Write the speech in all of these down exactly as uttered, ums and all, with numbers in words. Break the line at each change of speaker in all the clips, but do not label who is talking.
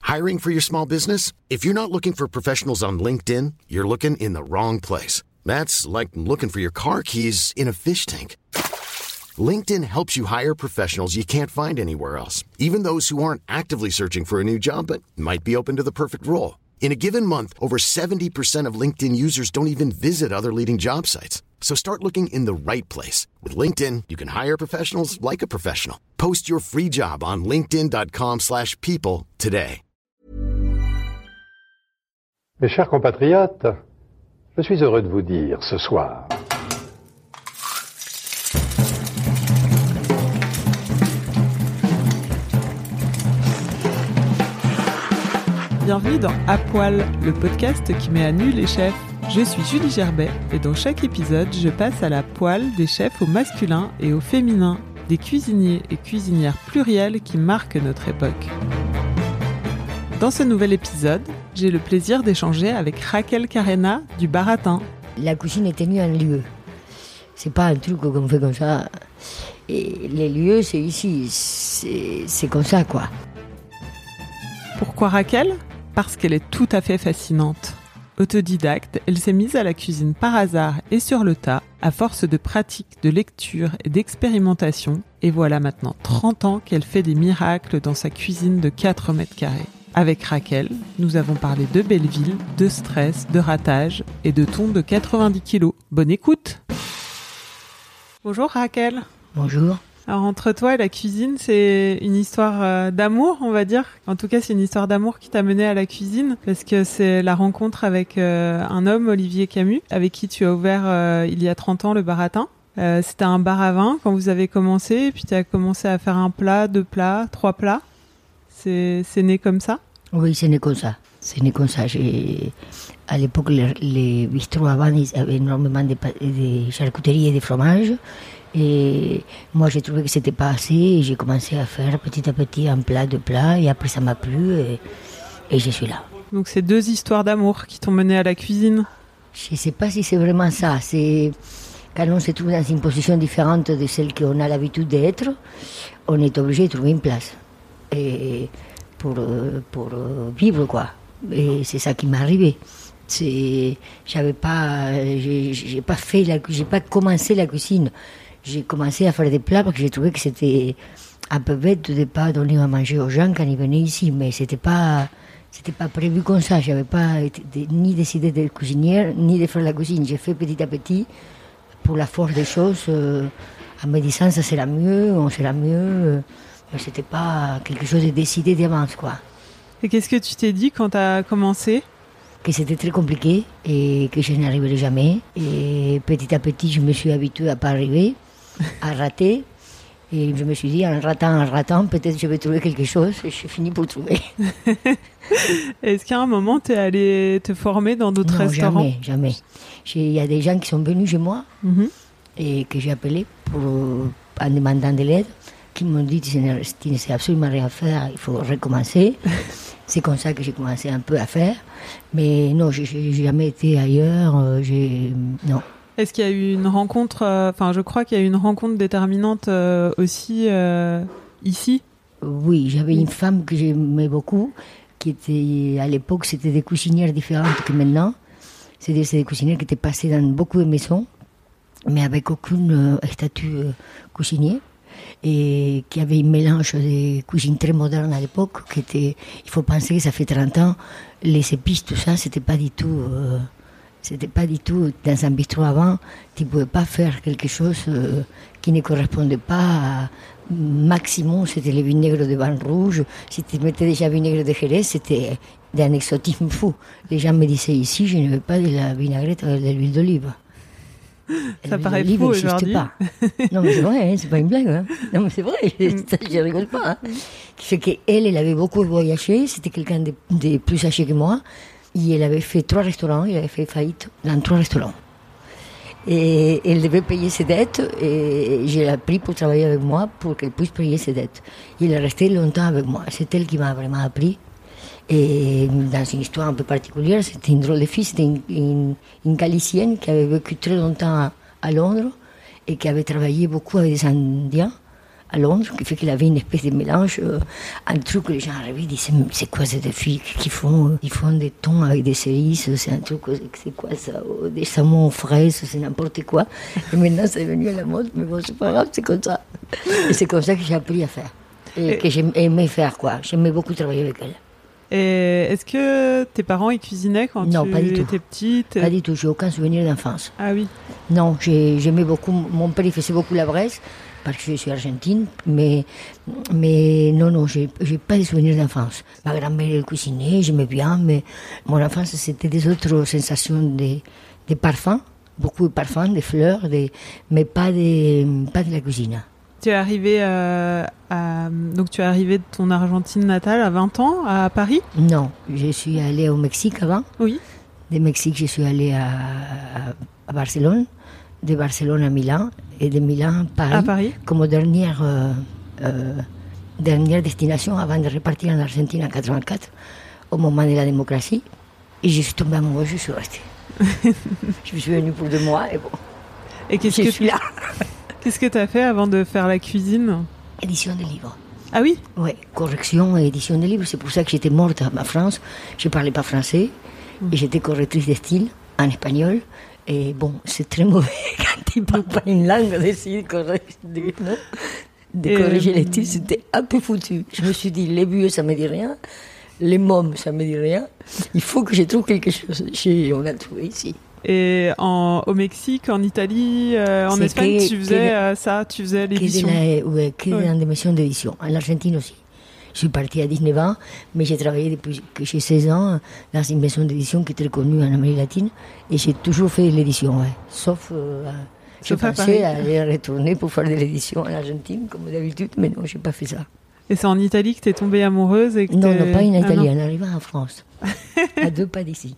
Hiring for your small business? If you're not looking for professionals on LinkedIn, you're looking in the wrong place. That's like looking for your car keys in a fish tank. LinkedIn helps you hire professionals you can't find anywhere else, even those who aren't actively searching for a new job but might be open to the perfect role. In a given month, over seventy percent of LinkedIn users don't even visit other leading job sites. So start looking in the right place. With LinkedIn, you can hire professionals like a professional. Post your free job on linkedin.com slash people today.
Mes chers compatriotes, je suis heureux de vous dire ce soir...
Bienvenue dans À Poil, le podcast qui met à nu les chefs. Je suis Julie Gerbet et dans chaque épisode, je passe à la poêle des chefs au masculin et au féminin, des cuisiniers et cuisinières pluriels qui marquent notre époque. Dans ce nouvel épisode, j'ai le plaisir d'échanger avec Raquel Carena du Baratin.
La cuisine est tenue en lieu. C'est pas un truc qu'on fait comme ça. Et les lieux, c'est ici. C'est, c'est comme ça, quoi.
Pourquoi Raquel ? Parce qu'elle est tout à fait fascinante. Autodidacte, elle s'est mise à la cuisine par hasard et sur le tas, à force de pratique, de lecture et d'expérimentation. Et voilà maintenant trente ans qu'elle fait des miracles dans sa cuisine de quatre mètres carrés. Avec Raquel, nous avons parlé de Belleville, de stress, de ratage et de thon de quatre-vingt-dix kilos. Bonne écoute! Bonjour Raquel.
Bonjour.
Alors entre toi et la cuisine, c'est une histoire euh, d'amour, on va dire. En tout cas, c'est une histoire d'amour qui t'a mené à la cuisine, parce que c'est la rencontre avec euh, un homme, Olivier Camus, avec qui tu as ouvert euh, il y a trente ans le Baratin. Euh, c'était un bar à vin quand vous avez commencé, et puis tu as commencé à faire un plat, deux plats, trois plats. C'est, c'est né comme ça ?
Oui, c'est né comme ça. C'est né comme ça. J'ai... À l'époque, les, les bistrots à vin, ils avaient énormément de, de charcuterie et de fromage. Et moi, j'ai trouvé que c'était pas assez et j'ai commencé à faire petit à petit un plat, deux plats et après ça m'a plu et, et je suis là.
Donc c'est deux histoires d'amour qui t'ont mené à la cuisine.
Je sais pas si c'est vraiment ça. C'est quand on se trouve dans une position différente de celle qu'on a l'habitude d'être, on est obligé de trouver une place et pour, pour vivre, quoi. Et c'est ça qui m'est arrivé. C'est, j'avais pas, j'ai, j'ai pas fait la, j'ai pas commencé la cuisine. J'ai commencé à faire des plats parce que j'ai trouvé que c'était un peu bête de ne pas donner à manger aux gens quand ils venaient ici, mais c'était pas, c'était pas prévu comme ça. J'avais pas été, ni décidé d'être cuisinière, ni de faire la cuisine. J'ai fait petit à petit pour la force des choses, euh, en me disant ça sera mieux, on sera mieux, euh, mais c'était pas quelque chose de décidé d'avance, quoi.
Et qu'est-ce que tu t'es dit quand tu as commencé ?
Que c'était très compliqué et que je n'y arriverais jamais. Et petit à petit, je me suis habituée à ne pas arriver, à rater. Et je me suis dit, en ratant, en ratant, peut-être je vais trouver quelque chose. Et j'ai fini pour trouver.
Est-ce qu'à un moment, tu es allée te former dans d'autres
non,
restaurants ?
jamais, jamais. Il y a des gens qui sont venus chez moi mm-hmm. et que j'ai appelé pour, en demandant de l'aide, qui m'ont dit, tu ne sais absolument rien faire, il faut recommencer. C'est comme ça que j'ai commencé un peu à faire. Mais non, je n'ai jamais été ailleurs. Euh, j'ai... Non.
Est-ce qu'il y a eu une rencontre, enfin euh, je crois qu'il y a eu une rencontre déterminante euh, aussi euh, ici ?
Oui, j'avais une femme que j'aimais beaucoup, qui était, à l'époque, c'était des cuisinières différentes que maintenant. C'est-à-dire c'est des cuisinières qui étaient passées dans beaucoup de maisons, mais avec aucun euh, statut euh, cuisinier. Et qui avait un mélange de cuisine très moderne à l'époque, qui était, il faut penser que ça fait trente ans, les épices, tout ça, c'était pas du tout, euh, c'était pas du tout, dans un bistrot avant, tu pouvais pas faire quelque chose euh, qui ne correspondait pas à, maximum, c'était le vinaigre de vin rouge, si tu mettais déjà vinaigre de Jerez, c'était d'un exotisme fou. Les gens me disaient ici, je ne veux pas de la vinaigrette avec de l'huile d'olive.
Ça paraît fou aujourd'hui.
Pas. Non mais c'est vrai, hein, c'est pas une blague. Hein. Non mais c'est vrai, je, je rigole pas. Hein. C'est qu'elle, elle avait beaucoup voyagé, c'était quelqu'un de, de plus âgé que moi, et elle avait fait trois restaurants, elle avait fait faillite dans trois restaurants. Et elle devait payer ses dettes, et je l'ai pris pour travailler avec moi pour qu'elle puisse payer ses dettes. Il est resté longtemps avec moi, c'est elle qui m'a vraiment appris. Et dans une histoire un peu particulière, c'était une drôle de fille, c'était une, une, une Galicienne qui avait vécu très longtemps à, à Londres et qui avait travaillé beaucoup avec des Indiens à Londres, qui fait qu'il avait une espèce de mélange, euh, un truc que les gens arrivaient et disaient, c'est quoi ces deux filles qui font, ils font des thons avec des cerises, c'est un truc, c'est quoi ça, des saumons fraises, c'est n'importe quoi. Et maintenant, c'est devenu à la mode, mais bon, c'est pas grave, c'est comme ça. Et c'est comme ça que j'ai appris à faire. Et, et que j'aimais faire, quoi. J'aimais beaucoup travailler avec elle.
Et est-ce que tes parents ils cuisinaient quand
non,
tu
pas du tout.
étais petite?
Pas du tout, j'ai aucun souvenir d'enfance.
Ah oui.
Non, j'ai, j'aimais beaucoup, mon père il faisait beaucoup la braise, parce que je suis argentine, mais, mais non, non, j'ai, j'ai pas de souvenirs d'enfance. Ma grand-mère elle cuisinait, j'aimais bien, mais mon enfance c'était des autres sensations de, de parfums, beaucoup de parfums, de fleurs, de, mais pas de, pas de la cuisine.
Tu es arrivé euh, à donc tu es arrivé de ton Argentine natale à vingt ans à Paris?
Non, je suis allée au Mexique avant.
Oui.
De Mexique, je suis allée à, à Barcelone, de Barcelone à Milan et de Milan à Paris,
à Paris.
comme dernière euh, euh, dernière destination avant de repartir en Argentine en quatre-vingt-quatre au moment de la démocratie. Et je suis tombée amoureuse, je suis restée. Je suis venue pour deux mois et bon.
Et qu'est-ce
je
que
suis là.
Qu'est-ce que tu as fait avant de faire la cuisine?
Édition de livres.
Ah oui?
Oui, correction et édition de livres. C'est pour ça que j'étais morte en France. Je ne parlais pas français. Mmh. Et j'étais correctrice de style en espagnol. Et bon, c'est très mauvais quand tu ne parles pas une langue d'essayer de corriger, de, non de corriger les styles. C'était un peu foutu. Je me suis dit, les buts, ça ne me dit rien. Les mômes, ça ne me dit rien. Il faut que je trouve quelque chose. Et on a trouvé ici.
Et en, au Mexique, en Italie, euh, en c'est Espagne, que, tu faisais euh, ça, tu faisais l'édition.
Que, de la, ouais, que ouais. dans des missions d'édition. En Argentine aussi. Je suis partie à dix-neuf ans, mais j'ai travaillé depuis que j'ai seize ans dans une maison d'édition qui est très connue en Amérique latine. Et j'ai toujours fait de l'édition, ouais. Sauf, euh, je pensais à aller retourner pour faire de l'édition en Argentine, comme d'habitude, mais non, je n'ai pas fait ça.
Et c'est en Italie que tu es tombée amoureuse et que
Non,
t'es...
non, pas en Italie,
ah,
en arrivant en France. À deux pas d'ici.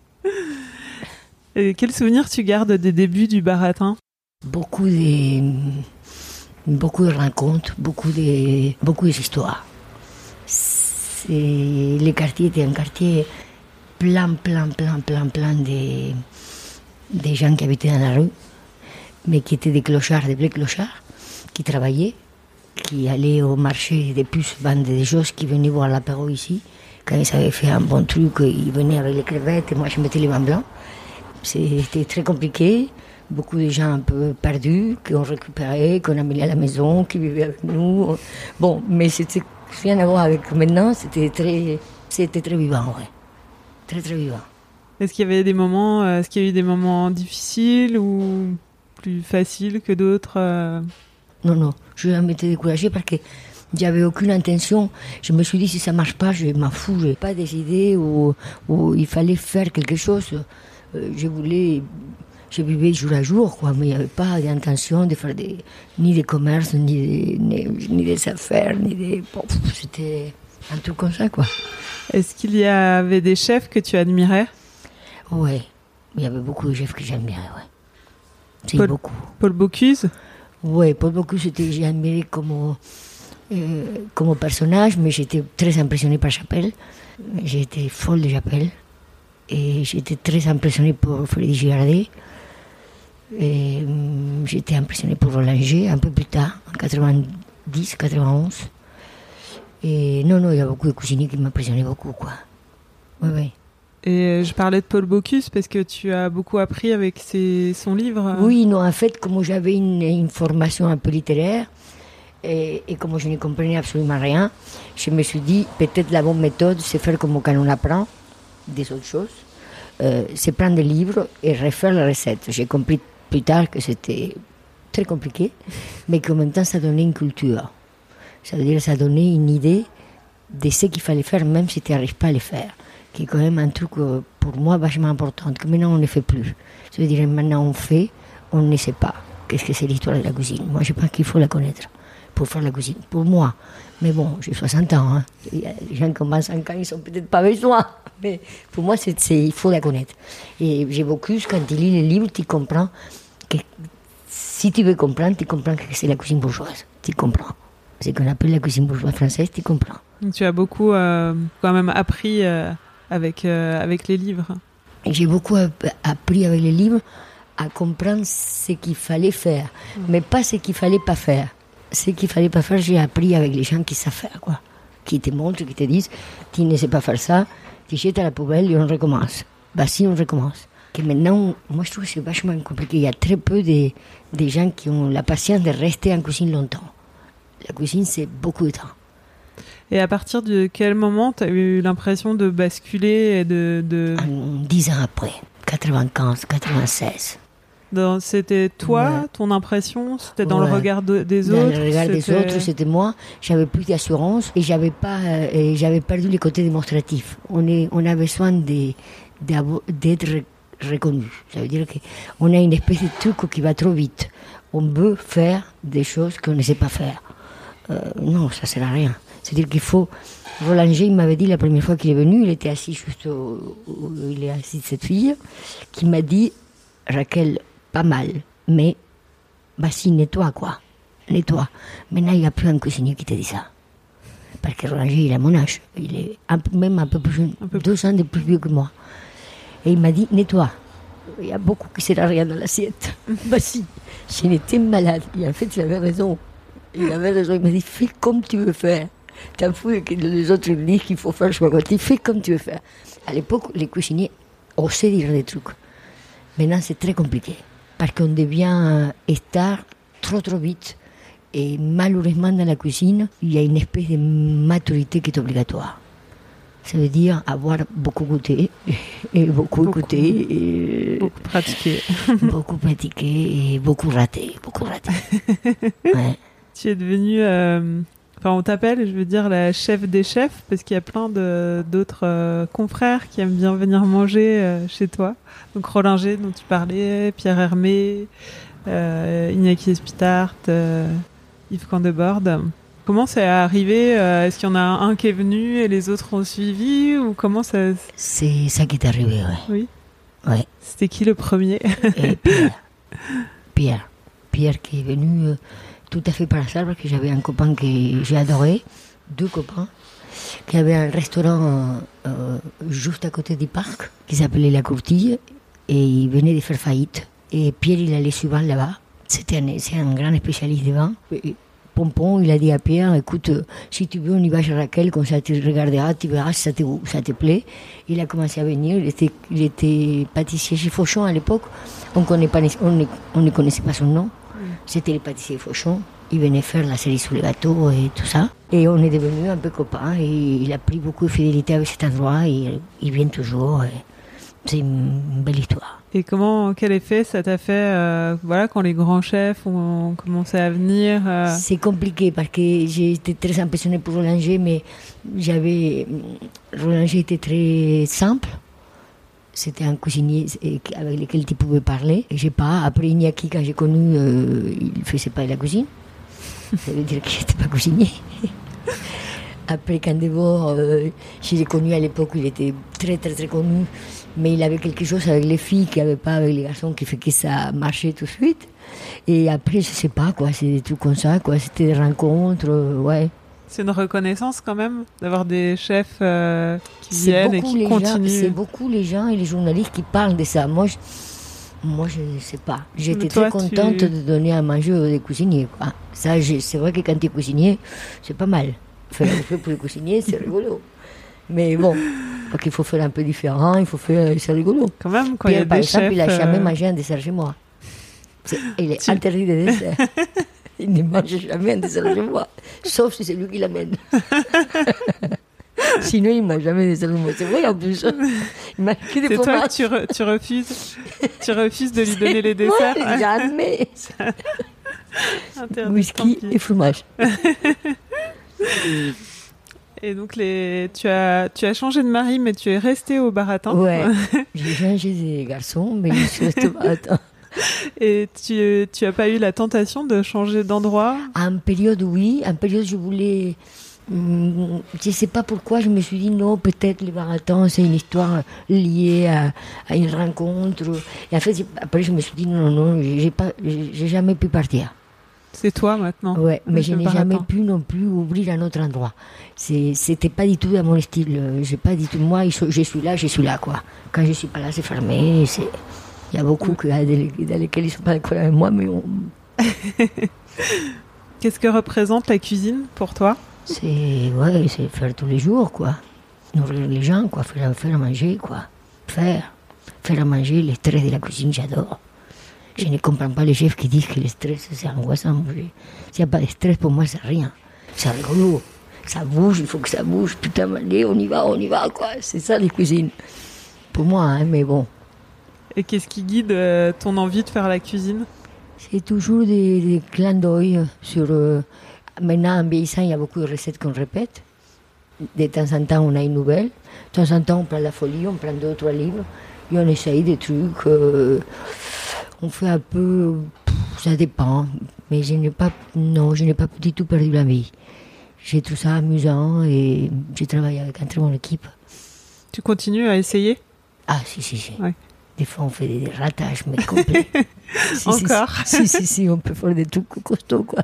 Et quel souvenir tu gardes des débuts du baratin?
Beaucoup de, beaucoup de rencontres, beaucoup de, beaucoup d'histoires. C'est, le quartier était un quartier plein, plein, plein, plein, plein de, de gens qui habitaient dans la rue, mais qui étaient des clochards, des vrais clochards, qui travaillaient, qui allaient au marché des puces vendre des choses, qui venaient voir l'apéro ici. Quand ils avaient fait un bon truc, ils venaient avec les crevettes et moi je mettais les vins blancs. C'était très compliqué, beaucoup de gens un peu perdus, qui ont récupéré, qu'on a mis à la maison, qui vivaient avec nous. Bon, mais c'était rien à voir avec maintenant, c'était très, c'était très vivant, ouais. Très, très vivant.
Est-ce qu'il y avait des moments, est-ce qu'il y a eu des moments difficiles ou plus faciles que d'autres euh...
Non, non, je n'ai jamais été découragée parce que j'avais aucune intention. Je me suis dit, si ça ne marche pas, je m'en fous. Je n'ai pas des idées où, où il fallait faire quelque chose. Je voulais, je vivais jour à jour, quoi, mais il n'y avait pas d'intention de faire des, ni des commerces, ni des, ni, ni des affaires, ni des... Bon, c'était un truc comme ça, quoi.
Est-ce qu'il y avait des chefs que tu admirais?
Oui, il y avait beaucoup de chefs que j'admirais, oui. C'est
Paul,
beaucoup.
Paul Bocuse?
Oui, Paul Bocuse, j'ai admiré comme, euh, comme personnage, mais j'étais très impressionnée par Chapelle. J'étais folle de Chapelle. Et j'étais très impressionnée pour Frédéric Girardet. Et hum, j'étais impressionnée pour Rollinger un peu plus tard, en quatre-vingt-dix quatre-vingt-onze. Et non, non, il y a beaucoup de cuisiniers qui m'impressionnaient beaucoup, quoi. Oui, oui.
Et je parlais de Paul Bocuse parce que tu as beaucoup appris avec ses, son livre.
Oui, non, en fait, comme j'avais une, une formation un peu littéraire, et, et comme je ne comprenais absolument rien, je me suis dit, peut-être la bonne méthode, c'est faire comme quand on apprend des autres choses, euh, c'est prendre des livres et refaire la recette. J'ai compris plus tard que c'était très compliqué, mais qu'en même temps, ça donnait une culture. Ça veut dire que ça donnait une idée de ce qu'il fallait faire, même si tu n'arrives pas à le faire, qui est quand même un truc, euh, pour moi, vachement important, que maintenant, on ne fait plus. Ça veut dire que maintenant, on fait, on ne sait pas qu'est-ce que c'est l'histoire de la cuisine. Moi, je pense qu'il faut la connaître pour faire la cuisine, pour moi. Mais bon, j'ai soixante ans. Hein. Il y a des gens qui ont vingt-cinq ans, ils n'ont peut-être pas besoin. Mais pour moi, c'est, c'est, il faut la connaître. Et j'ai beaucoup, quand tu lis les livres, tu comprends que si tu veux comprendre, tu comprends que c'est la cuisine bourgeoise. Tu comprends. Ce qu'on appelle la cuisine bourgeoise française, tu comprends.
Tu as beaucoup euh, quand même appris euh, avec, euh, avec les livres.
Et j'ai beaucoup appris avec les livres à comprendre ce qu'il fallait faire, mmh. mais pas ce qu'il fallait pas faire. ce qu'il fallait pas faire, j'ai appris avec les gens qui savent faire, quoi. Qui te montrent, qui te disent, tu ne sais pas faire ça, tu jettes à la poubelle et on recommence. Bah si, on recommence. Que maintenant, moi je trouve que c'est vachement compliqué. Il y a très peu de, de gens qui ont la patience de rester en cuisine longtemps. La cuisine, c'est beaucoup de temps.
Et à partir de quel moment tu as eu l'impression de basculer et de... de...
En dix ans après, quatre-vingt-quinze, quatre-vingt-seize.
Dans, c'était toi,
ouais.
ton impression, c'était dans
ouais.
le regard de, des
dans
autres.
Dans le regard
c'était...
des autres, c'était moi. J'avais plus d'assurance et j'avais pas, euh, et j'avais perdu le côté démonstratif. On est, on a besoin de, d'être reconnu. Ça veut dire qu'on a une espèce de truc qui va trop vite. On veut faire des choses qu'on ne sait pas faire. Euh, non, ça sert à rien. C'est-à-dire qu'il faut. Roland G, il m'avait dit la première fois qu'il est venu, il était assis juste où, où il est assis, cette fille, qui m'a dit, Raquel, pas mal, mais vas-y, nettoie quoi, nettoie. Maintenant, il n'y a plus un cuisinier qui te dit ça. Parce que Roland G, il a mon âge, il est un peu, même un peu plus jeune, un peu deux plus. ans de plus vieux que moi. Et il m'a dit, nettoie. Il y a beaucoup qui ne sert à rien dans l'assiette. Vas-y, j'en étais malade. Et en fait, il avait raison. Il avait raison, il m'a dit, fais comme tu veux faire. T'en fous que les autres disent qu'il faut faire choix. Tu fais comme tu veux faire. À l'époque, les cuisiniers osaient dire des trucs. Maintenant, c'est très compliqué. Parce qu'on devient star trop trop vite. Et malheureusement, dans la cuisine, il y a une espèce de maturité qui est obligatoire. Ça veut dire avoir beaucoup goûté, et beaucoup, beaucoup écouté, et
beaucoup pratiqué.
beaucoup pratiqué et beaucoup raté. Beaucoup raté. Ouais.
Tu es devenue... Euh... Enfin, on t'appelle, je veux dire, la chef des chefs, parce qu'il y a plein de, d'autres euh, confrères qui aiment bien venir manger euh, chez toi. Donc Roland G, dont tu parlais, Pierre Hermé, euh, Iñaki Espitart, euh, Yves Candeborde. Comment c'est arrivé euh, Est-ce qu'il y en a un qui est venu et les autres ont suivi ou comment ça...
C'est ça qui est arrivé, ouais.
Oui.
Ouais.
C'était qui le premier?
Et Pierre. Pierre. Pierre qui est venu... Euh, tout à fait par hasard, parce que j'avais un copain que j'ai adoré, deux copains, qui avaient un restaurant euh, juste à côté du parc, qui s'appelait La Courtille, et il venait de faire faillite. Et Pierre, il allait souvent là-bas. C'était un, c'est un grand spécialiste de vin. Et Pompon, il a dit à Pierre, écoute, si tu veux, on y va chez Raquel, comme ça tu regarderas, tu verras si ça te, ça te plaît. Il a commencé à venir, il était, il était pâtissier chez Fauchon à l'époque, on, connaît pas, on, ne, on ne connaissait pas son nom. C'était le pâtissier Fauchon. Il venait faire la série sur les gâteaux et tout ça. Et on est devenus un peu copains. Et il a pris beaucoup de fidélité avec cet endroit. Et il vient toujours. Et c'est une belle histoire.
Et comment, quel effet ça t'a fait euh, voilà, quand les grands chefs ont commencé à venir euh...
C'est compliqué parce que j'ai été très impressionnée pour Roland G, mais j'avais... Roland G était très simple. C'était un cuisinier avec lequel tu pouvais parler. Et j'ai pas. Après Iñaki, quand j'ai connu, euh, il ne faisait pas de la cuisine. Ça veut dire qu'il n'était pas cuisinier. Après Candebord, euh, je l'ai connu à l'époque, il était très très très connu. Mais il avait quelque chose avec les filles qu'il n'y avait pas avec les garçons qui fait que ça marchait tout de suite. Et après, je ne sais pas, quoi, c'est des trucs comme ça, quoi. C'était des rencontres, euh, ouais.
C'est une reconnaissance quand même d'avoir des chefs euh, qui c'est viennent et qui continuent.
Gens, c'est beaucoup les gens et les journalistes qui parlent de ça. Moi, je, moi, je ne sais pas. J'étais toi, très contente tu... de donner à manger aux cuisiniers, quoi. Ça, je, c'est vrai que quand tu es cuisinier, c'est pas mal. Faire un peu pour les cuisiniers, c'est rigolo. Mais bon, donc il faut faire un peu différent, il faut faire, c'est rigolo.
Quand même, quand
Pierre,
il y a
par
des
exemple,
chefs,
il n'a jamais
euh...
mangé un dessert chez moi. C'est, il est tu... interdit de dessert. Il ne mange jamais un dessert chez moi, sauf si c'est lui qui l'amène. Sinon, il ne mange jamais un dessert chez moi. C'est vrai en plus. Il m'a que des
c'est
fromages.
toi que tu, re, tu refuses, tu refuses de lui donner les desserts.
Moi, jamais. Whisky et fromage.
Et donc, les... tu, as, tu as changé de mari, mais tu es resté au Baratin.
Ouais, j'ai changé de garçon, mais je suis resté au Baratin.
Et tu tu as pas eu la tentation de changer d'endroit?
En période, oui. En période, je voulais... Hum, je ne sais pas pourquoi, je me suis dit non, peut-être les Baratons, c'est une histoire liée à, à une rencontre. Et en fait, après, je me suis dit non, non, j'ai, pas, j'ai jamais pu partir.
C'est toi maintenant.
Ouais, mais je n'ai jamais pu non plus ouvrir un autre endroit. C'est, c'était pas du tout dans mon style. J'ai pas du tout. Moi, je suis là, je suis là, quoi. Quand je suis pas là, c'est fermé. C'est... Il y a beaucoup que, dans lesquels ils ne sont pas d'accord avec moi, mais on...
Qu'est-ce que représente la cuisine pour toi ?
C'est, ouais, c'est faire tous les jours, quoi. Nourrir les gens, quoi. Faire, faire à manger, quoi. Faire. Faire à manger, le stress de la cuisine, j'adore. Je ne comprends pas les chefs qui disent que le stress, c'est angoissant. S'il n'y a pas de stress, pour moi, c'est rien. C'est rigolo. Ça bouge, il faut que ça bouge. Putain, allez, on y va, on y va, quoi. C'est ça, les cuisines. Pour moi, hein, mais bon.
Et qu'est-ce qui guide euh, ton envie de faire la cuisine ?
C'est toujours des, des clins d'œil sur... Euh, maintenant, en vieillissant, il y a beaucoup de recettes qu'on répète. De temps en temps, on a une nouvelle. De temps en temps, on prend la folie, on prend deux ou trois livres. Et on essaye des trucs. Euh, on fait un peu... Ça dépend. Mais je n'ai pas... Non, je n'ai pas du tout perdu la vie. J'ai trouvé ça amusant et je travaille avec une très bonne équipe.
Tu continues à essayer ?
Ah, si, si, si.
Ouais.
Des fois, on fait des ratages, mais complets. si,
Encore
si, si, si, si, on peut faire des trucs costauds, quoi.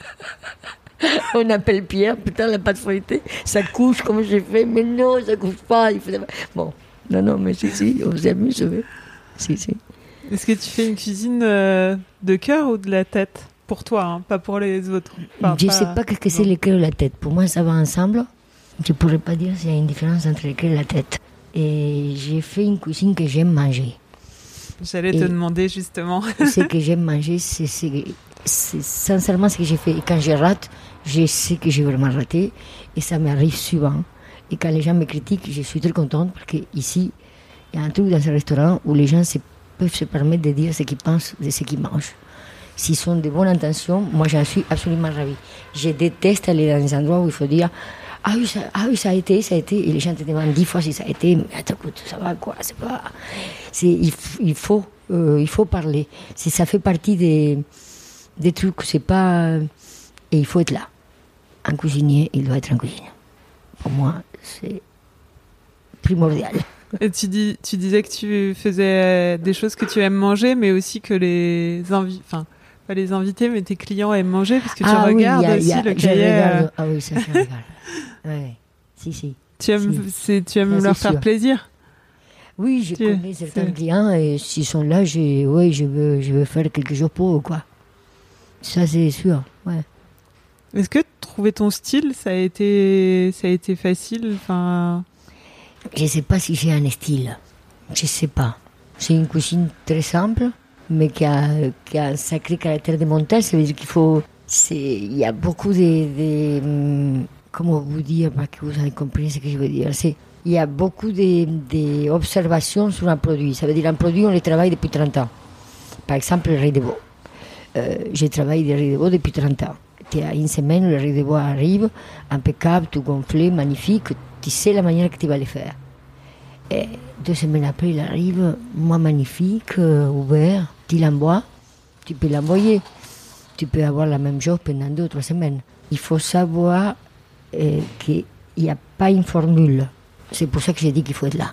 On appelle Pierre, putain, la pâte feuilletée, ça couche comme j'ai fait, mais non, ça couche pas. Il faut... Bon, non, non, mais si, si, on s'amuse, oui. Si, si.
Est-ce que tu fais une cuisine euh, de cœur ou de la tête ? Pour toi, hein, pas pour les autres. Enfin,
je ne
pas...
sais pas ce que c'est le cœur et la tête. Pour moi, ça va ensemble. Je ne pourrais pas dire s'il y a une différence entre le cœur et la tête. Et j'ai fait une cuisine que j'aime manger.
J'allais
et
te demander justement.
Ce que j'aime manger, c'est, c'est, c'est sincèrement ce que j'ai fait. Et quand je rate, je sais que j'ai vraiment raté. Et ça m'arrive souvent. Et quand les gens me critiquent, je suis très contente parce qu'ici, il y a un truc dans ce restaurant où les gens se, peuvent se permettre de dire ce qu'ils pensent de ce qu'ils mangent. S'ils sont de bonnes intentions, moi j'en suis absolument ravie. Je déteste aller dans des endroits où il faut dire ah oui, ça, ah oui, ça a été, ça a été. Et les gens te demandent dix fois si ça a été. Mais attends, écoute, ça va quoi, c'est pas. C'est, il, il, faut, euh, il faut parler. C'est, ça fait partie des, des trucs, c'est pas. Et il faut être là. Un cuisinier, il doit être en cuisine. Pour moi, c'est primordial.
Et tu, dis, tu disais que tu faisais des choses que tu aimes manger, mais aussi que les invités. Enfin, pas les invités, mais tes clients aiment manger, parce que tu
ah
regardes
oui, y a,
aussi
y a,
le
je
cahier.
Regarde, ah oui, ça, je regarde. Ouais, si, si.
Tu aimes,
si.
c'est, tu aimes
ça,
leur faire
sûr.
plaisir ?
Oui, je
tu,
connais certains
c'est...
clients et s'ils sont là, je, ouais, je, veux, je veux faire quelque chose pour eux, quoi. Ça, c'est sûr, ouais.
Est-ce que trouver ton style, ça a été, ça a été facile, enfin...
Je ne sais pas si j'ai un style. Je ne sais pas. C'est une cuisine très simple, mais qui a, qui a un sacré caractère de montage. Ça veut dire qu'il faut... C'est, il y a beaucoup de... de comment vous dire, parce que vous avez compris ce que je veux dire. C'est, il y a beaucoup d'observations sur un produit. Ça veut dire un produit, on le travaille depuis trente ans. Par exemple, le riz de veau. Euh, je travaille des riz de veau depuis trente ans. À une semaine, le riz de veau arrive, impeccable, tout gonflé, magnifique. Tu sais la manière que tu vas le faire. Et deux semaines après, il arrive, moins magnifique, euh, ouvert. Tu l'envoies, tu peux l'envoyer. Tu peux avoir la même chose pendant deux ou trois semaines. Il faut savoir euh, qu'il n'y a pas une formule. C'est pour ça que j'ai dit qu'il faut être là.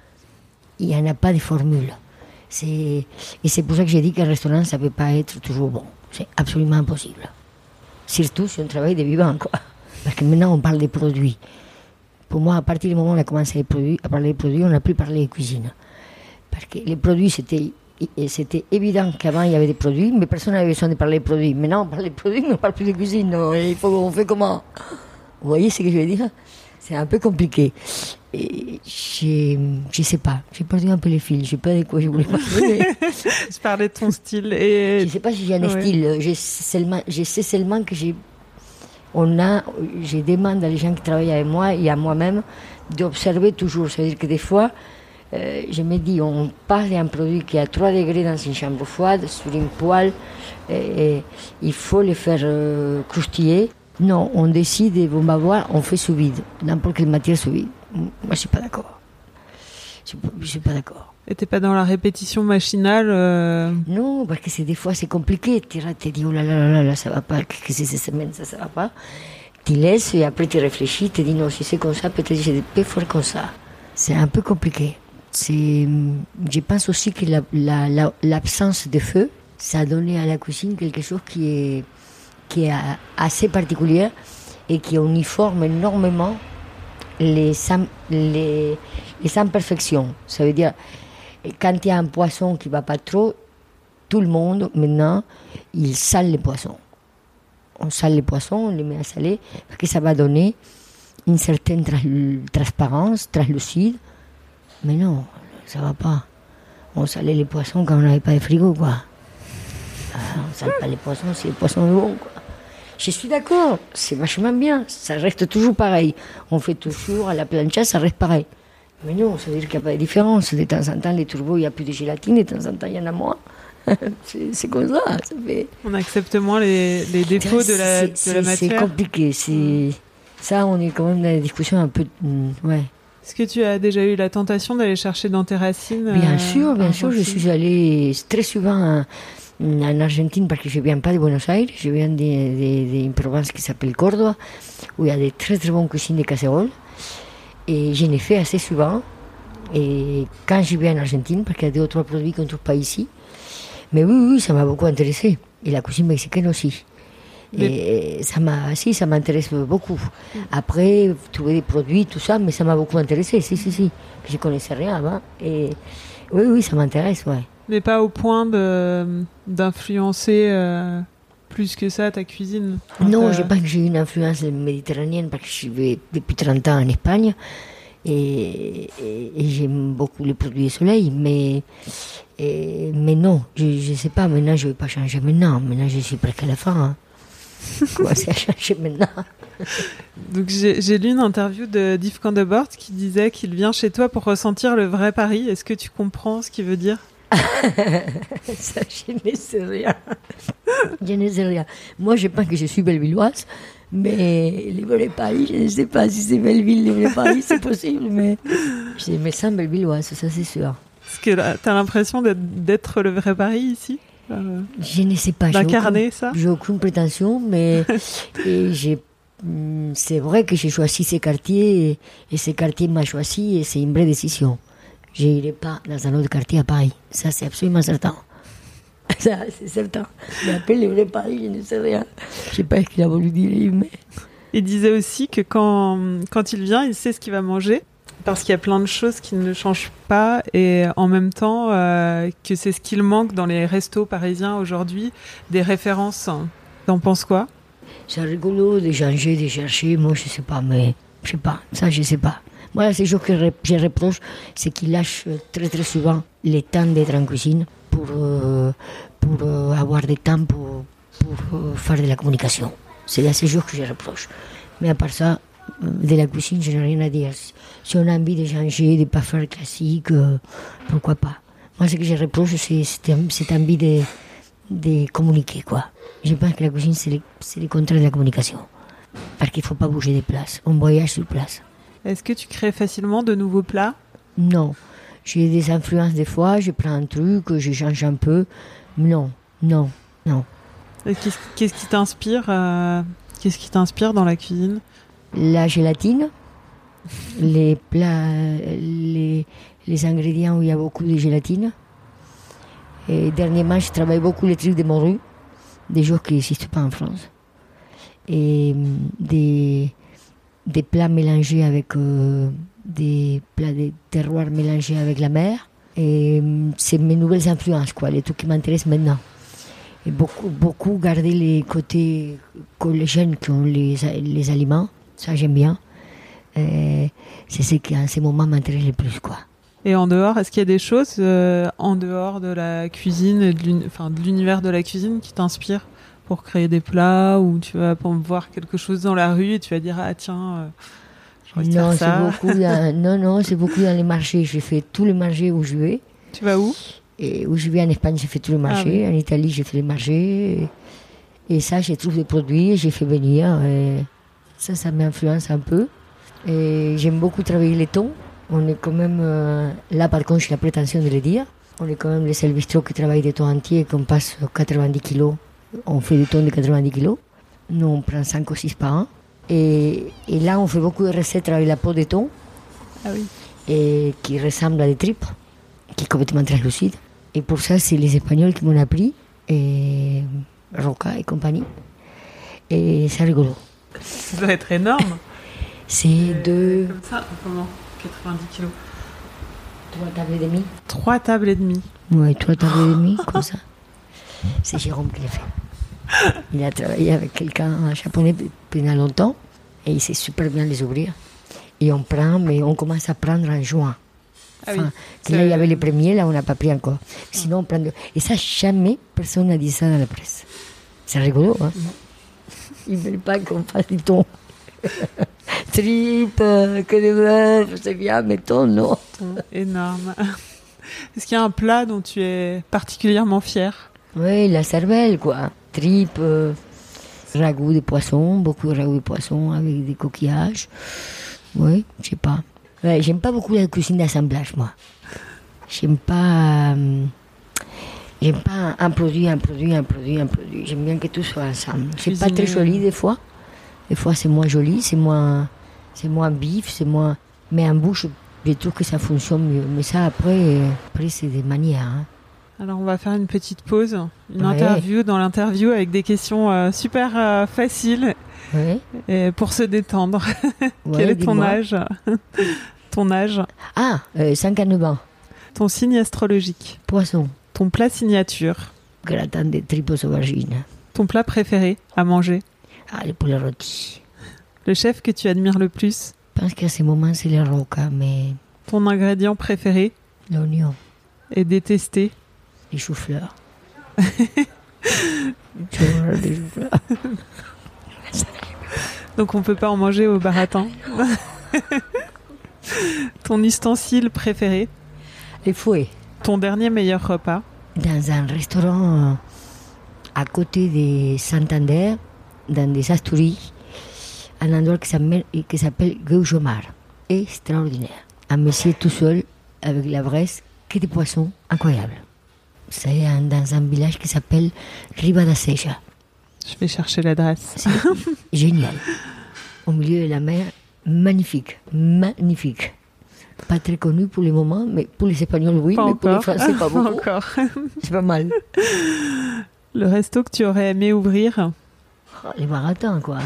Il n'y en a pas de formule. C'est... Et c'est pour ça que j'ai dit qu'un restaurant, ça ne peut pas être toujours bon. C'est absolument impossible. Surtout si on travaille de vivant, quoi. Parce que maintenant, on parle des produits. Pour moi, à partir du moment où on a commencé à, produits, à parler des produits, on n'a plus parlé de cuisine. Parce que les produits, c'était, c'était évident qu'avant, il y avait des produits, mais personne n'avait besoin de parler des produits. Maintenant, on parle des produits, mais on ne parle plus de cuisine. Non, il faut qu'on fait comment ? Vous voyez ce que je veux dire ? C'est un peu compliqué. Et je ne sais pas. J'ai perdu un peu les fils. Je ne sais pas de quoi je voulais parler. Mais...
je parlais de ton style. Et...
Je ne sais pas si j'ai un ouais. style. Je sais, seulement, je sais seulement que j'ai... On a, je demande à les gens qui travaillent avec moi et à moi-même d'observer toujours. C'est-à-dire que des fois, euh, je me dis, on passe d'un produit qui est à trois degrés dans une chambre froide, sur une poêle, et, et il faut le faire euh, croustiller. Non, on décide, on va voir, on fait sous vide, n'importe quelle matière sous vide. Moi, je ne suis pas d'accord. Je ne suis pas d'accord.
Et tu n'es pas dans la répétition machinale euh...
Non, parce que c'est, des fois, c'est compliqué. Tu te dis, oh là là là là, ça ne va pas, qu'est-ce que c'est cette semaine, ça ne va pas. Tu laisses et après tu réfléchis, tu te dis, non, si c'est comme ça, peut-être je peux faire comme ça. C'est un peu compliqué. C'est, je pense aussi que la, la, la, l'absence de feu, ça a donné à la cuisine quelque chose qui est... qui est assez particulière et qui uniforme énormément les, les, les imperfections. Ça veut dire, quand il y a un poisson qui ne va pas trop, tout le monde, maintenant, il sale les poissons. on sale les poissons, on les met à saler, parce que ça va donner une certaine tra- transparence, translucide. Mais non, ça va pas. On salait les poissons quand on n'avait pas de frigo, quoi. Ah, on ne sale pas les poissons si les poissons sont bons, quoi. Je suis d'accord, c'est vachement bien, ça reste toujours pareil. On fait toujours à la plancha, ça reste pareil. Mais non, ça veut dire qu'il n'y a pas de différence. De temps en temps, les turbos, il n'y a plus de gélatine, de temps en temps, il y en a moins. c'est, c'est comme ça, ça fait...
On accepte moins les, les défauts de la,
c'est,
de la
c'est,
matière.
C'est compliqué, c'est... Ça, on est quand même dans des discussions un peu... Ouais.
Est-ce que tu as déjà eu la tentation d'aller chercher dans tes racines
Bien
euh,
sûr, bien sûr, je suis allée très souvent en, en Argentine parce que je ne viens pas de Buenos Aires, je viens d'une province qui s'appelle Córdoba, où il y a de très très bonnes cuisines de casseroles. Et je l'ai fait assez souvent. Et quand je viens en Argentine, parce qu'il y a deux ou trois produits qu'on ne trouve pas ici. Mais oui, oui, ça m'a beaucoup intéressé. Et la cuisine mexicaine aussi. Et ça m'a, si, ça m'intéresse beaucoup. Après, trouver des produits, tout ça, mais ça m'a beaucoup intéressé, si, si, si. Je ne connaissais rien avant. Et oui, oui, ça m'intéresse, ouais.
Mais pas au point de, d'influencer euh, plus que ça ta cuisine.
Non,
euh...
je pense que j'ai une influence méditerranéenne parce que je vais depuis trente ans en Espagne. Et, et, et j'aime beaucoup les produits du soleil, mais, et, mais non, je ne sais pas, maintenant je ne vais pas changer maintenant. Maintenant, je suis presque à la fin. Hein. Commencer à changer maintenant.
Donc j'ai, j'ai lu une interview de Yves Candebord qui disait qu'il vient chez toi pour ressentir le vrai Paris. Est-ce que tu comprends ce qu'il veut dire?
Ça, je ne sais rien. Je ne sais rien. Moi, je pense que je suis bellevilloise, mais le vrai Paris, je ne sais pas si c'est Belleville, le vrai Paris, c'est possible, mais je me sens bellevilloise, ça c'est sûr.
Est-ce que tu as l'impression d'être, d'être le vrai Paris ici? Euh,
je ne sais pas.
D'incarner ça?
J'ai aucune prétention, mais et j'ai, c'est vrai que j'ai choisi ces quartiers et, et ces quartiers m'ont choisi et c'est une vraie décision. Je n'irai pas dans un autre quartier à Paris. Ça, c'est absolument certain. Ça, c'est certain. Mais après, le vrai Paris, je ne sais rien. Je ne sais pas ce qu'il a voulu dire, mais...
Il disait aussi que quand, quand il vient, il sait ce qu'il va manger. Parce qu'il y a plein de choses qui ne changent pas et en même temps euh, que c'est ce qu'il manque dans les restos parisiens aujourd'hui, des références. T'en penses quoi?
C'est rigolo de changer, de chercher, moi je sais pas, mais je sais pas, ça je sais pas. Moi la seule chose que je reproche, c'est qu'il lâche très très souvent le temps d'être en cuisine pour, euh, pour euh, avoir du temps pour, pour euh, faire de la communication. C'est la seule chose que je reproche. Mais à part ça, de la cuisine, je n'ai rien à dire. Si on a envie de changer, de ne pas faire classique, euh, pourquoi pas. Moi, ce que je reproche, c'est cette envie de, de communiquer, quoi. Je pense que la cuisine, c'est le, c'est le contraire de la communication. Parce qu'il ne faut pas bouger de place. On voyage sur place.
Est-ce que tu crées facilement de nouveaux plats?
Non. J'ai des influences des fois, je prends un truc, je change un peu. Non, non, non.
Et qu'est-ce, qu'est-ce qui t'inspire euh, Qu'est-ce qui t'inspire dans la cuisine?
La gélatine, les plats, les, les ingrédients où il y a beaucoup de gélatine. Et dernièrement, je travaille beaucoup les trucs de morue, des choses qui n'existent pas en France. Et des, des plats mélangés avec euh, des plats de terroir mélangés avec la mer. Et c'est mes nouvelles influences, quoi, les trucs qui m'intéressent maintenant. Et beaucoup, beaucoup garder les côtés collagènes qu'ont les, les aliments. Ça, j'aime bien. Et c'est ce qui, en ce moment, m'intéresse le plus, quoi.
Et en dehors, est-ce qu'il y a des choses euh, en dehors de la cuisine, et de, l'uni- enfin, de l'univers de la cuisine qui t'inspirent pour créer des plats, ou tu vas pour voir quelque chose dans la rue et tu vas dire ah tiens, euh, je vais faire ça.
Non, c'est beaucoup dans, non, non, c'est beaucoup dans les marchés. J'ai fait tous les marchés où je vais.
Tu vas où?
Et où je vais en Espagne, j'ai fait tous les marchés. Ah, oui. En Italie, j'ai fait les marchés. Et, et ça, je trouve des produits, j'ai fait venir. Et ça, ça m'influence un peu. Et j'aime beaucoup travailler les thons. On est quand même, euh, là par contre, j'ai la prétention de le dire. On est quand même les seuls bistrots qui travaillent des thons entiers et qu'on passe quatre-vingt-dix kilos. On fait des thons de quatre-vingt-dix kilos. Nous, on prend cinq ou six par an. Et, et là, on fait beaucoup de recettes avec la peau de thon.
Ah oui.
Et qui ressemble à des tripes, qui est complètement translucide. Et pour ça, c'est les Espagnols qui m'ont appris, et Roca et compagnie. Et c'est rigolo.
Ça doit être énorme.
C'est
euh,
deux...
Comme ça, comment quatre-vingt-dix kilos.
Trois tables et demie.
Trois tables et demie.
Oui, trois tables et demie, comme ça. C'est Jérôme qui l'a fait. Il a travaillé avec quelqu'un japonais pendant longtemps et il sait super bien les ouvrir. Et on prend, mais on commence à prendre en juin. Enfin,
ah oui,
là, il y avait les premiers, là, on n'a pas pris encore. Sinon, on prend... De... Et ça, jamais personne n'a dit ça dans la presse. C'est rigolo, hein. Ils ne veulent pas qu'on fasse du ton. Tripes, que de bœuf, c'est bien, mais ton, non.
Énorme. Est-ce qu'il y a un plat dont tu es particulièrement fière?
Oui, la cervelle, quoi. Tripes, euh, ragoût de poisson, beaucoup de ragoût de poisson avec des coquillages. Oui, je sais pas. Ouais, j'aime pas beaucoup la cuisine d'assemblage, moi. J'aime pas... Euh, j'aime pas un produit, un produit, un produit, un produit. J'aime bien que tout soit ensemble. C'est
Cuisiner.
pas très joli, des fois. Des fois, c'est moins joli, c'est moins, c'est moins vif, c'est moins... Mais en bouche, je trouve que ça fonctionne mieux. Mais ça, après, après c'est des manières. Hein.
Alors, on va faire une petite pause, une
Ouais.
interview dans l'interview avec des questions euh, super euh, faciles
Ouais.
et pour se détendre.
Ouais,
Quel est ton
dis-moi.
âge? Ton âge?
Ah, euh, cinquante-neuf ans.
Ton signe astrologique?
Poisson.
Ton plat signature?
Gratin de tripes aubergines.
Ton plat préféré à manger?
Ah, le poulet rôti.
Le chef que tu admires le plus?
Je pense qu'à ce moment, c'est les roca, mais
Ton ingrédient préféré
l'oignon,
et détesté?
les choux-fleurs. Tu vois, les choux-fleurs.
Donc on peut pas en manger au baratin. Ton ustensile préféré?
Les fouets.
Ton dernier meilleur repas?
Dans un restaurant euh, à côté de Santander, dans des Asturies, un endroit qui s'appelle, qui s'appelle Gueujomar. Extraordinaire. Un monsieur tout seul, avec la braise, que des poissons incroyables. C'est un- dans un village qui s'appelle Ribadasseja.
Je vais chercher l'adresse.
C'est génial. Au milieu de la mer, magnifique, magnifique. Pas très connu pour le moment, mais pour les Espagnols, oui,
Pas
mais pour les
encore.
Français, pas beaucoup.
encore.
C'est pas mal.
Le resto que tu aurais aimé ouvrir?
Oh, les baratins, quoi.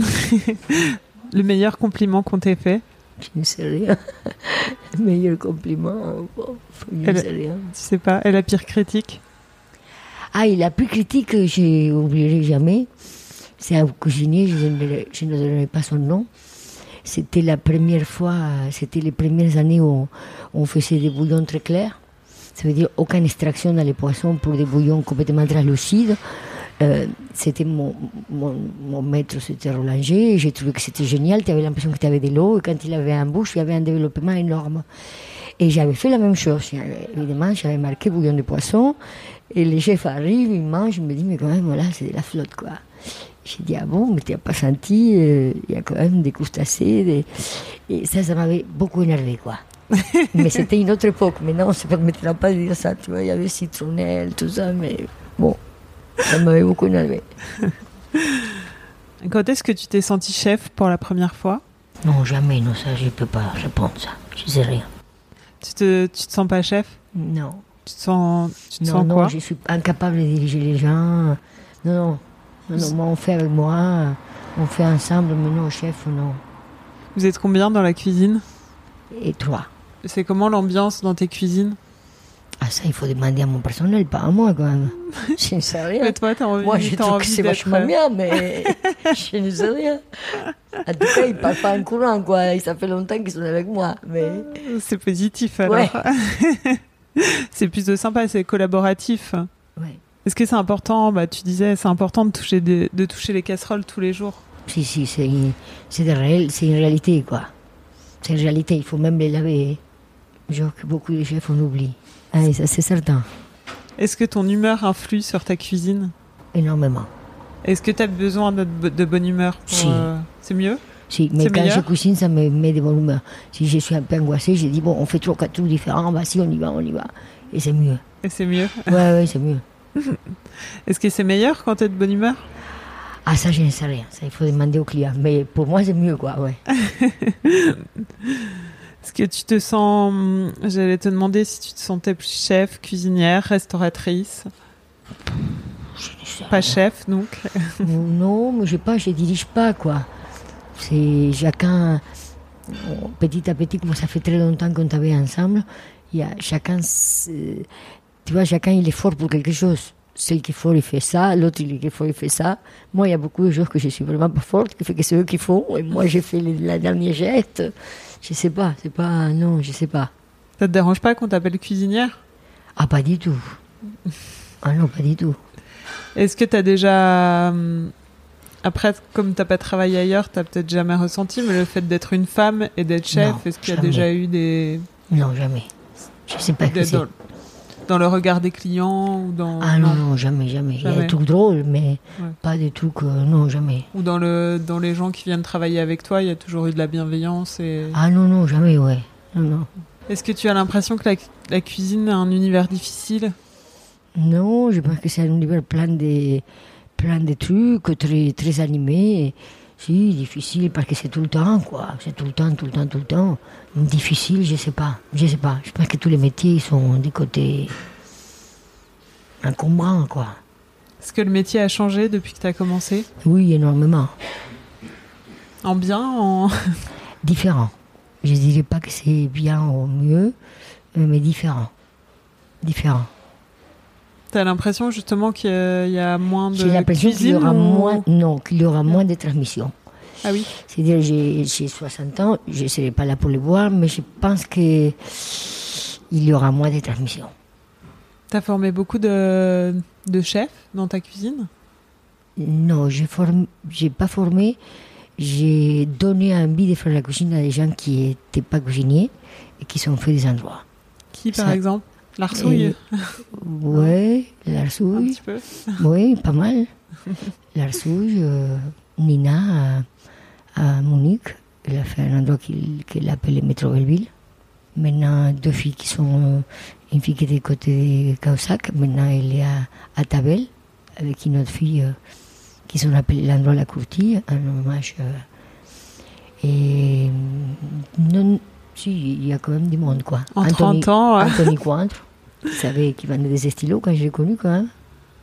Le meilleur compliment qu'on t'ait fait?
Je ne sais rien. Le meilleur compliment, bon, je ne
Elle-
sais rien.
Tu sais pas. Et la pire critique?
Ah, et la plus critique que je n'oublierai jamais, c'est un cuisinier, je ne, je ne donnerai pas son nom. C'était la première fois, c'était les premières années où on faisait des bouillons très clairs. Ça veut dire aucune extraction dans les poissons pour des bouillons complètement translucides. Euh, c'était mon, mon, mon maître, c'était Roulanger, et j'ai trouvé que c'était génial. Tu avais l'impression que tu avais de l'eau, et quand il avait en bouche, il y avait un développement énorme. Et j'avais fait la même chose. Évidemment, j'avais marqué bouillon de poisson, et les chefs arrivent, ils mangent, ils me disent, mais quand même, voilà, c'est de la flotte, quoi. J'ai dit, ah bon, mais tu n'as pas senti, euh, il y a quand même des crustacés. Des... Et ça, ça m'avait beaucoup énervé, quoi. Mais c'était une autre époque. Maintenant, on ne se permettra pas de dire ça, tu vois, il y avait citronnelle, tout ça, mais bon, ça m'avait beaucoup énervé.
Quand est-ce que tu t'es senti chef pour la première fois?
Non, jamais, non, ça, je ne peux pas répondre ça. Je ne sais rien.
Tu te, tu te sens pas chef?
Non.
Tu te sens, tu te
non,
sens
non,
quoi?
je suis incapable de diriger les gens. Non, non. Non, non, moi, on fait avec moi, on fait ensemble, mais non, chef, non.
Vous êtes combien dans la cuisine?
Et trois.
C'est comment l'ambiance dans tes cuisines?
Ah, ça, il faut demander à mon personnel, pas à moi, quand même. Je ne sais rien.
Mais toi, t'as envie,
Moi, je
t'as
trouve que
envie
c'est
d'être-
vachement bien, mais je ne sais rien. En tout cas, ils ne parlent pas en courant, quoi. Et ça fait longtemps qu'ils sont avec moi, mais...
C'est positif, alors.
Ouais.
C'est plus de sympa, c'est collaboratif.
Ouais.
Est-ce que c'est important, bah, tu disais, c'est important de toucher, de, de toucher les casseroles tous les jours?
Si, si, c'est, c'est, de réel, c'est une réalité, quoi. C'est une réalité, il faut même les laver. Genre que beaucoup de chefs, on oublie. Ah, et ça, c'est certain.
Est-ce que ton humeur influe sur ta cuisine?
Énormément.
Est-ce que tu as besoin de, de bonne humeur pour,
Si.
euh, C'est mieux?
Si, mais
C'est
quand
meilleur?
je cuisine, ça me met de bonne humeur. Si je suis un peu angoissée, je dis, bon, on fait trois, quatre trucs différents, vas-y, on y va, on y va. Et c'est mieux.
Et c'est mieux?
Ouais, ouais, c'est mieux.
Est-ce que c'est meilleur quand tu es de bonne humeur?
Ah, ça, je ne sais rien. Ça, il faut demander au client. Mais pour moi, c'est mieux, quoi, ouais.
Est-ce que tu te sens... hum, J'allais te demander si tu te sentais plus chef, cuisinière, restauratrice.
Je ne sais
Pas
rien.
chef, donc.
Non, mais je sais pas, je dirige pas, quoi. C'est chacun, petit à petit, comme ça fait très longtemps qu'on travaille ensemble, il y a chacun, c'est- tu vois, chacun il est fort pour quelque chose. celle qui faut, il fait ça, l'autre il- qui faut, il fait ça. Moi, il y a beaucoup de jours que je suis vraiment pas forte, qui fait que c'est eux qui font, et moi j'ai fait les- la dernière geste. Je sais pas, c'est pas, non, je sais pas.
Ça te dérange pas qu'on t'appelle cuisinière?
Ah, pas du tout. Ah non, pas du tout.
Est-ce que t'as déjà... hum, Après, comme t'as pas travaillé ailleurs, t'as peut-être jamais ressenti, mais le fait d'être une femme et d'être chef,
Non,
est-ce qu'il y a
jamais.
déjà eu des...
Non, jamais. Je sais pas que
des-
c'est.
dans, dans le regard des clients ou dans...
Ah non, non, jamais, jamais. Il y a
Jamais.
des trucs drôles, mais
Ouais.
pas des trucs, euh, non, jamais.
Ou dans, le, dans les gens qui viennent travailler avec toi, il y a toujours eu de la bienveillance et...
Ah non, non, jamais, ouais. Non, non.
Est-ce que tu as l'impression que la, la cuisine est un univers difficile?
Non, je pense que c'est un univers plein de, plein de trucs, très, très animé. Si, difficile parce que c'est tout le temps, quoi. C'est tout le temps, tout le temps, tout le temps. Difficile, je sais pas. Je sais pas. Je pense que tous les métiers ils sont des côtés encombrants, quoi.
Est-ce que le métier a changé depuis que tu as commencé?
Oui, énormément.
En bien, en...
Différent. Je dirais pas que c'est bien ou mieux, mais différent. Différent.
T'as l'impression justement qu'il y a, il y a moins de
J'ai l'impression qu'il y
cuisine
aura
ou-
moins, non, qu'il y aura moins de transmission.
Ah oui.
C'est-à-dire, j'ai, j'ai soixante ans, je ne serai pas là pour le voir, mais je pense qu'il y aura moins de transmission.
T'as formé beaucoup de, de chefs dans ta cuisine?
Non, je n'ai pas formé, j'ai donné envie de faire la cuisine à des gens qui n'étaient pas cuisiniers et qui sont fait des endroits.
Qui par
Ça-
exemple? L'arsouille?
Oui,
Un
l'arsouille,
petit peu.
oui, pas mal. L'arsouille, euh, Nina à, à Munich, elle a fait un endroit qu'il, qu'elle appelle le métro Belleville. Maintenant, deux filles qui sont, euh, une fille qui était côté de Causac, maintenant elle est à, à Tabel, avec une autre fille euh, qui sont appelée l'endroit La Courtille, un hommage. euh, et non, si, il y a quand même du monde, quoi.
En trente ans, ouais.
Anthony Cointre, vous savez, qui vendait des stylos quand je l'ai connu, quand même.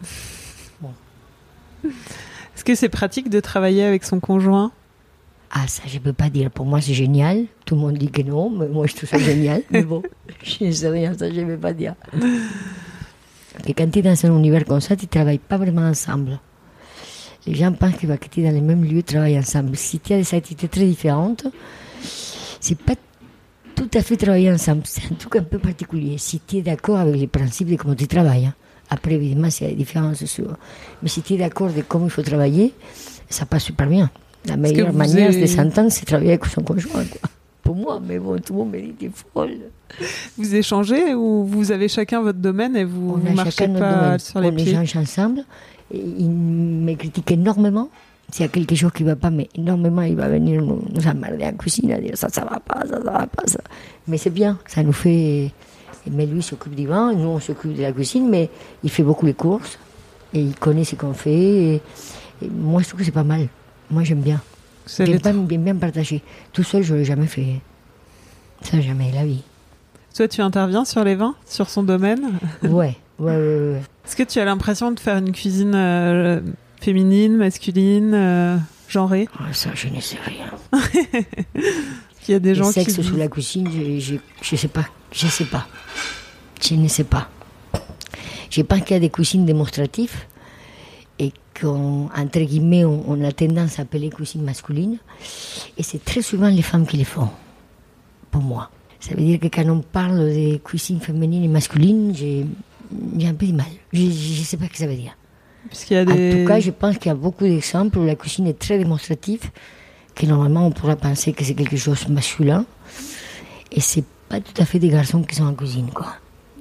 Est-ce que c'est pratique de travailler avec son conjoint?
Ah, ça, je peux pas dire. Pour moi, c'est génial. Tout le monde dit que non, mais moi, je trouve ça génial. Mais bon, je ne sais rien, ça, je ne peux pas dire. Et quand tu es dans un univers comme ça, tu ne travailles pas vraiment ensemble. Les gens pensent que bah, que tu es dans le même lieu, tu travailles ensemble. Si tu as des activités très différentes, c'est pas tout à fait travailler ensemble. C'est un truc un peu particulier. Si tu es d'accord avec les principes de comment tu travailles. Hein. Après, évidemment, il y a des différences. Sur... Mais si tu es d'accord de comment il faut travailler, ça passe super bien. La meilleure
vous
manière
avez-
de s'entendre, c'est travailler avec son conjoint. Quoi. Pour moi, mais bon, tout le monde me dit t'es folle.
Vous échangez ou vous avez chacun votre domaine et vous
On
ne
a
marchez
chacun notre
pas
domaine.
sur les
On
pieds?
échange ensemble. Et il me critique énormément. S'il y a quelque chose qui ne va pas, mais énormément, il va venir nous, nous emmerder en cuisine, à dire ça, ça va pas, ça, ça va pas. Ça. Mais c'est bien, ça nous fait. Mais lui s'occupe du vin, nous on s'occupe de la cuisine, mais il fait beaucoup les courses et il connaît ce qu'on fait. Et, et moi je trouve que c'est pas mal. Moi j'aime bien.
C'est
J'aime
les-
bien, bien, bien partager. Tout seul, je ne l'ai jamais fait. Ça, jamais, la vie.
Toi, tu interviens sur les vins, sur son domaine?
Ouais, ouais, ouais, ouais.
Est-ce que tu as l'impression de faire une cuisine euh, féminine, masculine, euh, genrée?
Oh, ça, je ne sais rien.
Il y a des
Le
gens
sexe
qui
sous
disent-
la cuisine, je, je, je sais pas. Je sais pas. Je ne sais pas. Je pense qu'il y a des cuisines démonstratives et qu'entre guillemets, on, on a tendance à appeler cuisine masculine. Et c'est très souvent les femmes qui les font, pour moi. Ça veut dire que quand on parle de cuisine féminine et masculine, j'ai j'ai un peu du mal. Je ne sais pas ce que ça veut dire.
Puisqu'il y a des...
En tout cas, je pense qu'il y a beaucoup d'exemples où la cuisine est très démonstrative, que normalement on pourrait penser que c'est quelque chose de masculin, et c'est pas tout à fait des garçons qui sont en cuisine, quoi.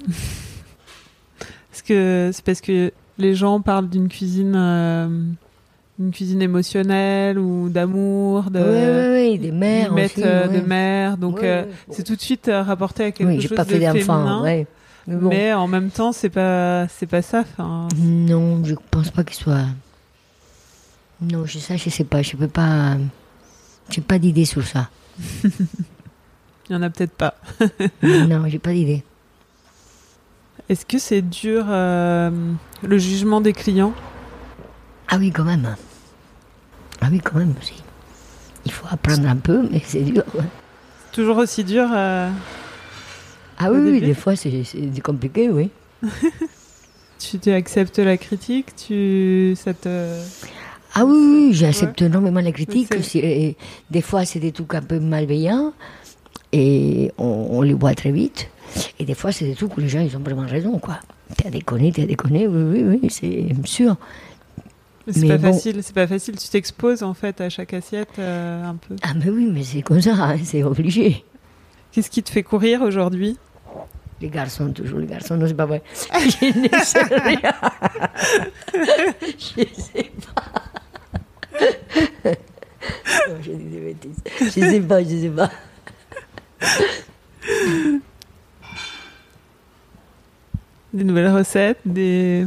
Est-ce que c'est parce que les gens parlent d'une cuisine, euh, une cuisine émotionnelle ou d'amour, de...
Oui, oui, oui, des mères
ils mettent
aussi.
euh,
ouais.
de mère, donc
Ouais,
euh,
ouais, bon.
c'est tout de suite euh, rapporté à quelque
Oui, j'ai
chose
pas
de
fait d'enfant,
féminin,
ouais. Mais bon.
mais en même temps c'est pas c'est pas ça. Enfin,
Non, je pense pas qu'il soit. Non, je, ça, je sais pas, je peux pas. J'ai pas d'idée sur ça.
il y en a peut-être pas.
Non, j'ai pas d'idée.
Est-ce que c'est dur euh, le jugement des clients?
Ah oui, quand même. Ah oui, quand même aussi. Il faut apprendre un peu, mais c'est dur. Ouais.
Toujours aussi dur. euh,
Ah
Au
oui, oui,
début.
des fois c'est c'est compliqué, oui.
Tu, tu acceptes la critique, tu, ça te...
Ah oui, oui, j'accepte ouais. énormément la critique.
Oui,
c'est... Des fois, c'est des trucs un peu malveillants et on, on les voit très vite. Et des fois, c'est des trucs où les gens, ils ont vraiment raison, quoi. T'as déconné, t'as déconné, oui, oui, oui, c'est sûr.
C'est mais pas bon. facile, c'est pas facile. Tu t'exposes, en fait, à chaque assiette, euh, un peu.
Ah mais oui, mais c'est comme ça, hein, c'est obligé.
Qu'est-ce qui te fait courir aujourd'hui ?
Les garçons, toujours les garçons, non, c'est pas vrai. Je ne sais rien. Je sais pas. Non, je dis des bêtises. Je sais pas, je sais pas.
Des nouvelles recettes, des...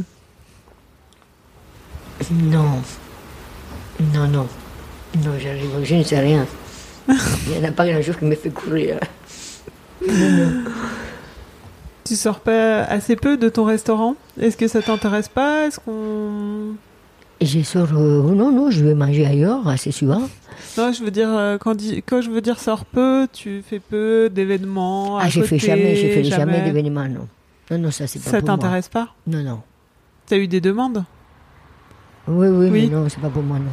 Non. Non, non. Non, j'arrive, je ne sais rien. Il n'y en a pas grand-chose qui me fait courir. Non, non.
Tu sors pas assez peu de ton restaurant ? Est-ce que ça t'intéresse pas ? Est-ce qu'on...
Je sors... Euh, non, non, je vais manger ailleurs, assez souvent.
Non, je veux dire, quand, quand je veux dire sors peu, tu fais peu d'événements à
Ah, je
côté,
fais jamais, je fais jamais,
jamais
d'événements, non. Non, non, ça, c'est pas
ça
pour moi.
Ça t'intéresse pas ?
Non, non.
T'as eu des demandes ?
Oui, oui, oui, mais non, c'est pas pour moi, non.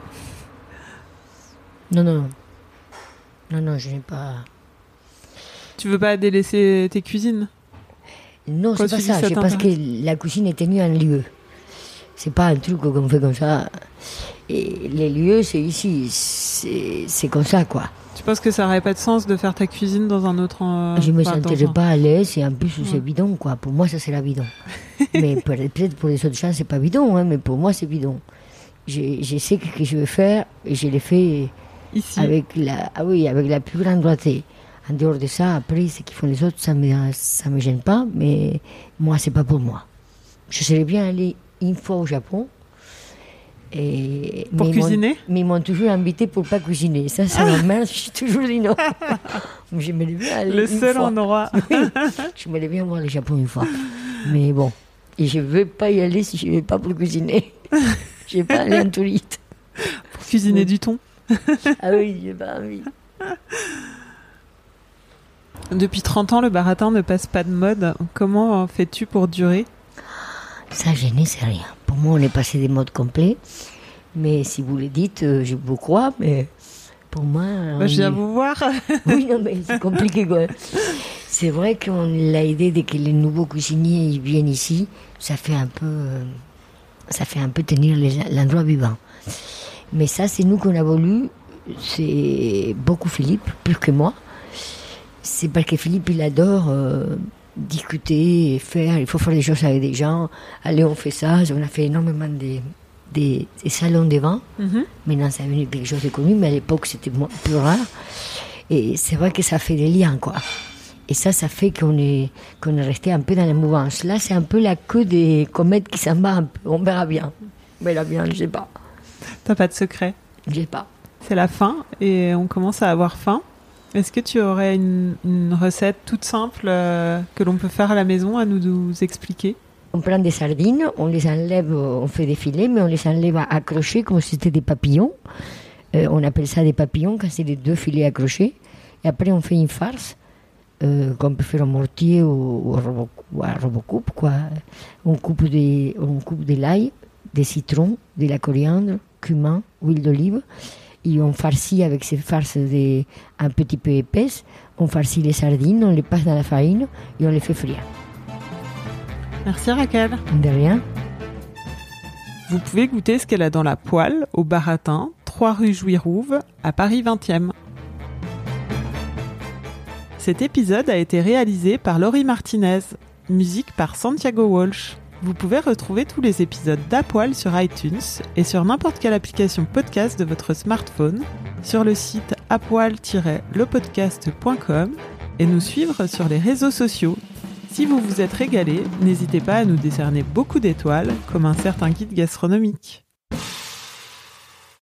Non, non, non. Non, non, je n'ai pas...
Tu veux pas délaisser tes cuisines ?
Non, c'est pas ça. ça c'est parce que la cuisine est tenue en lieu. C'est pas un truc qu'on fait comme ça. Et les lieux, c'est ici. C'est, c'est comme ça, quoi.
Tu penses que ça n'aurait pas de sens de faire ta cuisine dans un autre... Euh,
je me sentirais un... pas à l'aise et en plus, ouais. c'est bidon, quoi. Pour moi, ça, c'est la bidon. Mais peut-être pour les autres gens, c'est pas bidon, hein, mais pour moi, c'est bidon. Je, je sais ce que je veux faire et je l'ai fait
ici.
Avec la, ah oui, avec la plus grande droiture. En dehors de ça, après, ce qu'ils font les autres, ça ne me, ça me gêne pas, mais moi, c'est pas pour moi. Je serais bien allée une fois au Japon. Et,
pour
mais
cuisiner
ils Mais ils m'ont toujours invité pour ne pas cuisiner. Ça, ça ah. m'emmerde, je suis toujours dit non. J'aimerais bien aller
Le
une
seul
fois.
endroit.
Oui, j'aimerais bien voir le Japon une fois. Mais bon, et je ne veux pas y aller si je ne vais pas pour cuisiner. Je ne vais pas aller en touriste.
Pour cuisiner oui. du thon.
Ah oui, je n'ai pas envie.
Depuis trente ans, le baratin ne passe pas de mode. Comment fais-tu pour durer ?
Ça, je ne sais rien. Pour moi, on est passé des modes complets. Mais si vous le dites, euh, je vous crois. Mais pour moi...
Bah, je viens est... vous voir.
Oui, non, mais c'est compliqué, quoi. C'est vrai qu'on l'a aidé dès que les nouveaux cuisiniers ils viennent ici. Ça fait un peu... Euh, ça fait un peu tenir les, l'endroit vivant. Mais ça, c'est nous qu'on a voulu. C'est beaucoup Philippe, plus que moi. C'est parce que Philippe, il adore euh, discuter et faire. Il faut faire des choses avec des gens. Allez, on fait ça. On a fait énormément de, de, de salons de vin. Mm-hmm. Maintenant, ça est devenu quelque chose de connu, mais à l'époque, c'était plus rare. Et c'est vrai que ça fait des liens, quoi. Et ça, ça fait qu'on est, qu'on est resté un peu dans la mouvance. Là, c'est un peu la queue des comètes qui s'en va un peu. On verra bien. On verra bien, je sais pas.
T'as pas de secret ?
Je sais pas.
C'est la fin et on commence à avoir faim. Est-ce que tu aurais une, une recette toute simple euh, que l'on peut faire à la maison à nous, nous expliquer ?
On prend des sardines, on les enlève, on fait des filets, mais on les enlève accrochés comme si c'était des papillons. Euh, on appelle ça des papillons quand c'est les deux filets accrochés. Et après, on fait une farce euh, qu'on peut faire au mortier ou, ou à robocoupe, quoi. On coupe des, on coupe de l'ail, des citrons, de la coriandre, cumin, huile d'olive. Et on farcit avec ces farces de, un petit peu épaisses. On farcit les sardines, on les passe dans la farine et on les fait frire.
Merci Raquel.
De rien.
Vous pouvez goûter ce qu'elle a dans la poêle au Baratin, trois rue Jouy-Rouve, à Paris vingtième. Cet épisode a été réalisé par Laurie Martinez, musique par Santiago Walsh. Vous pouvez retrouver tous les épisodes d'À Poil sur iTunes et sur n'importe quelle application podcast de votre smartphone, sur le site à poil tiret le podcast point com et nous suivre sur les réseaux sociaux. Si vous vous êtes régalé, n'hésitez pas à nous décerner beaucoup d'étoiles, comme un certain guide gastronomique.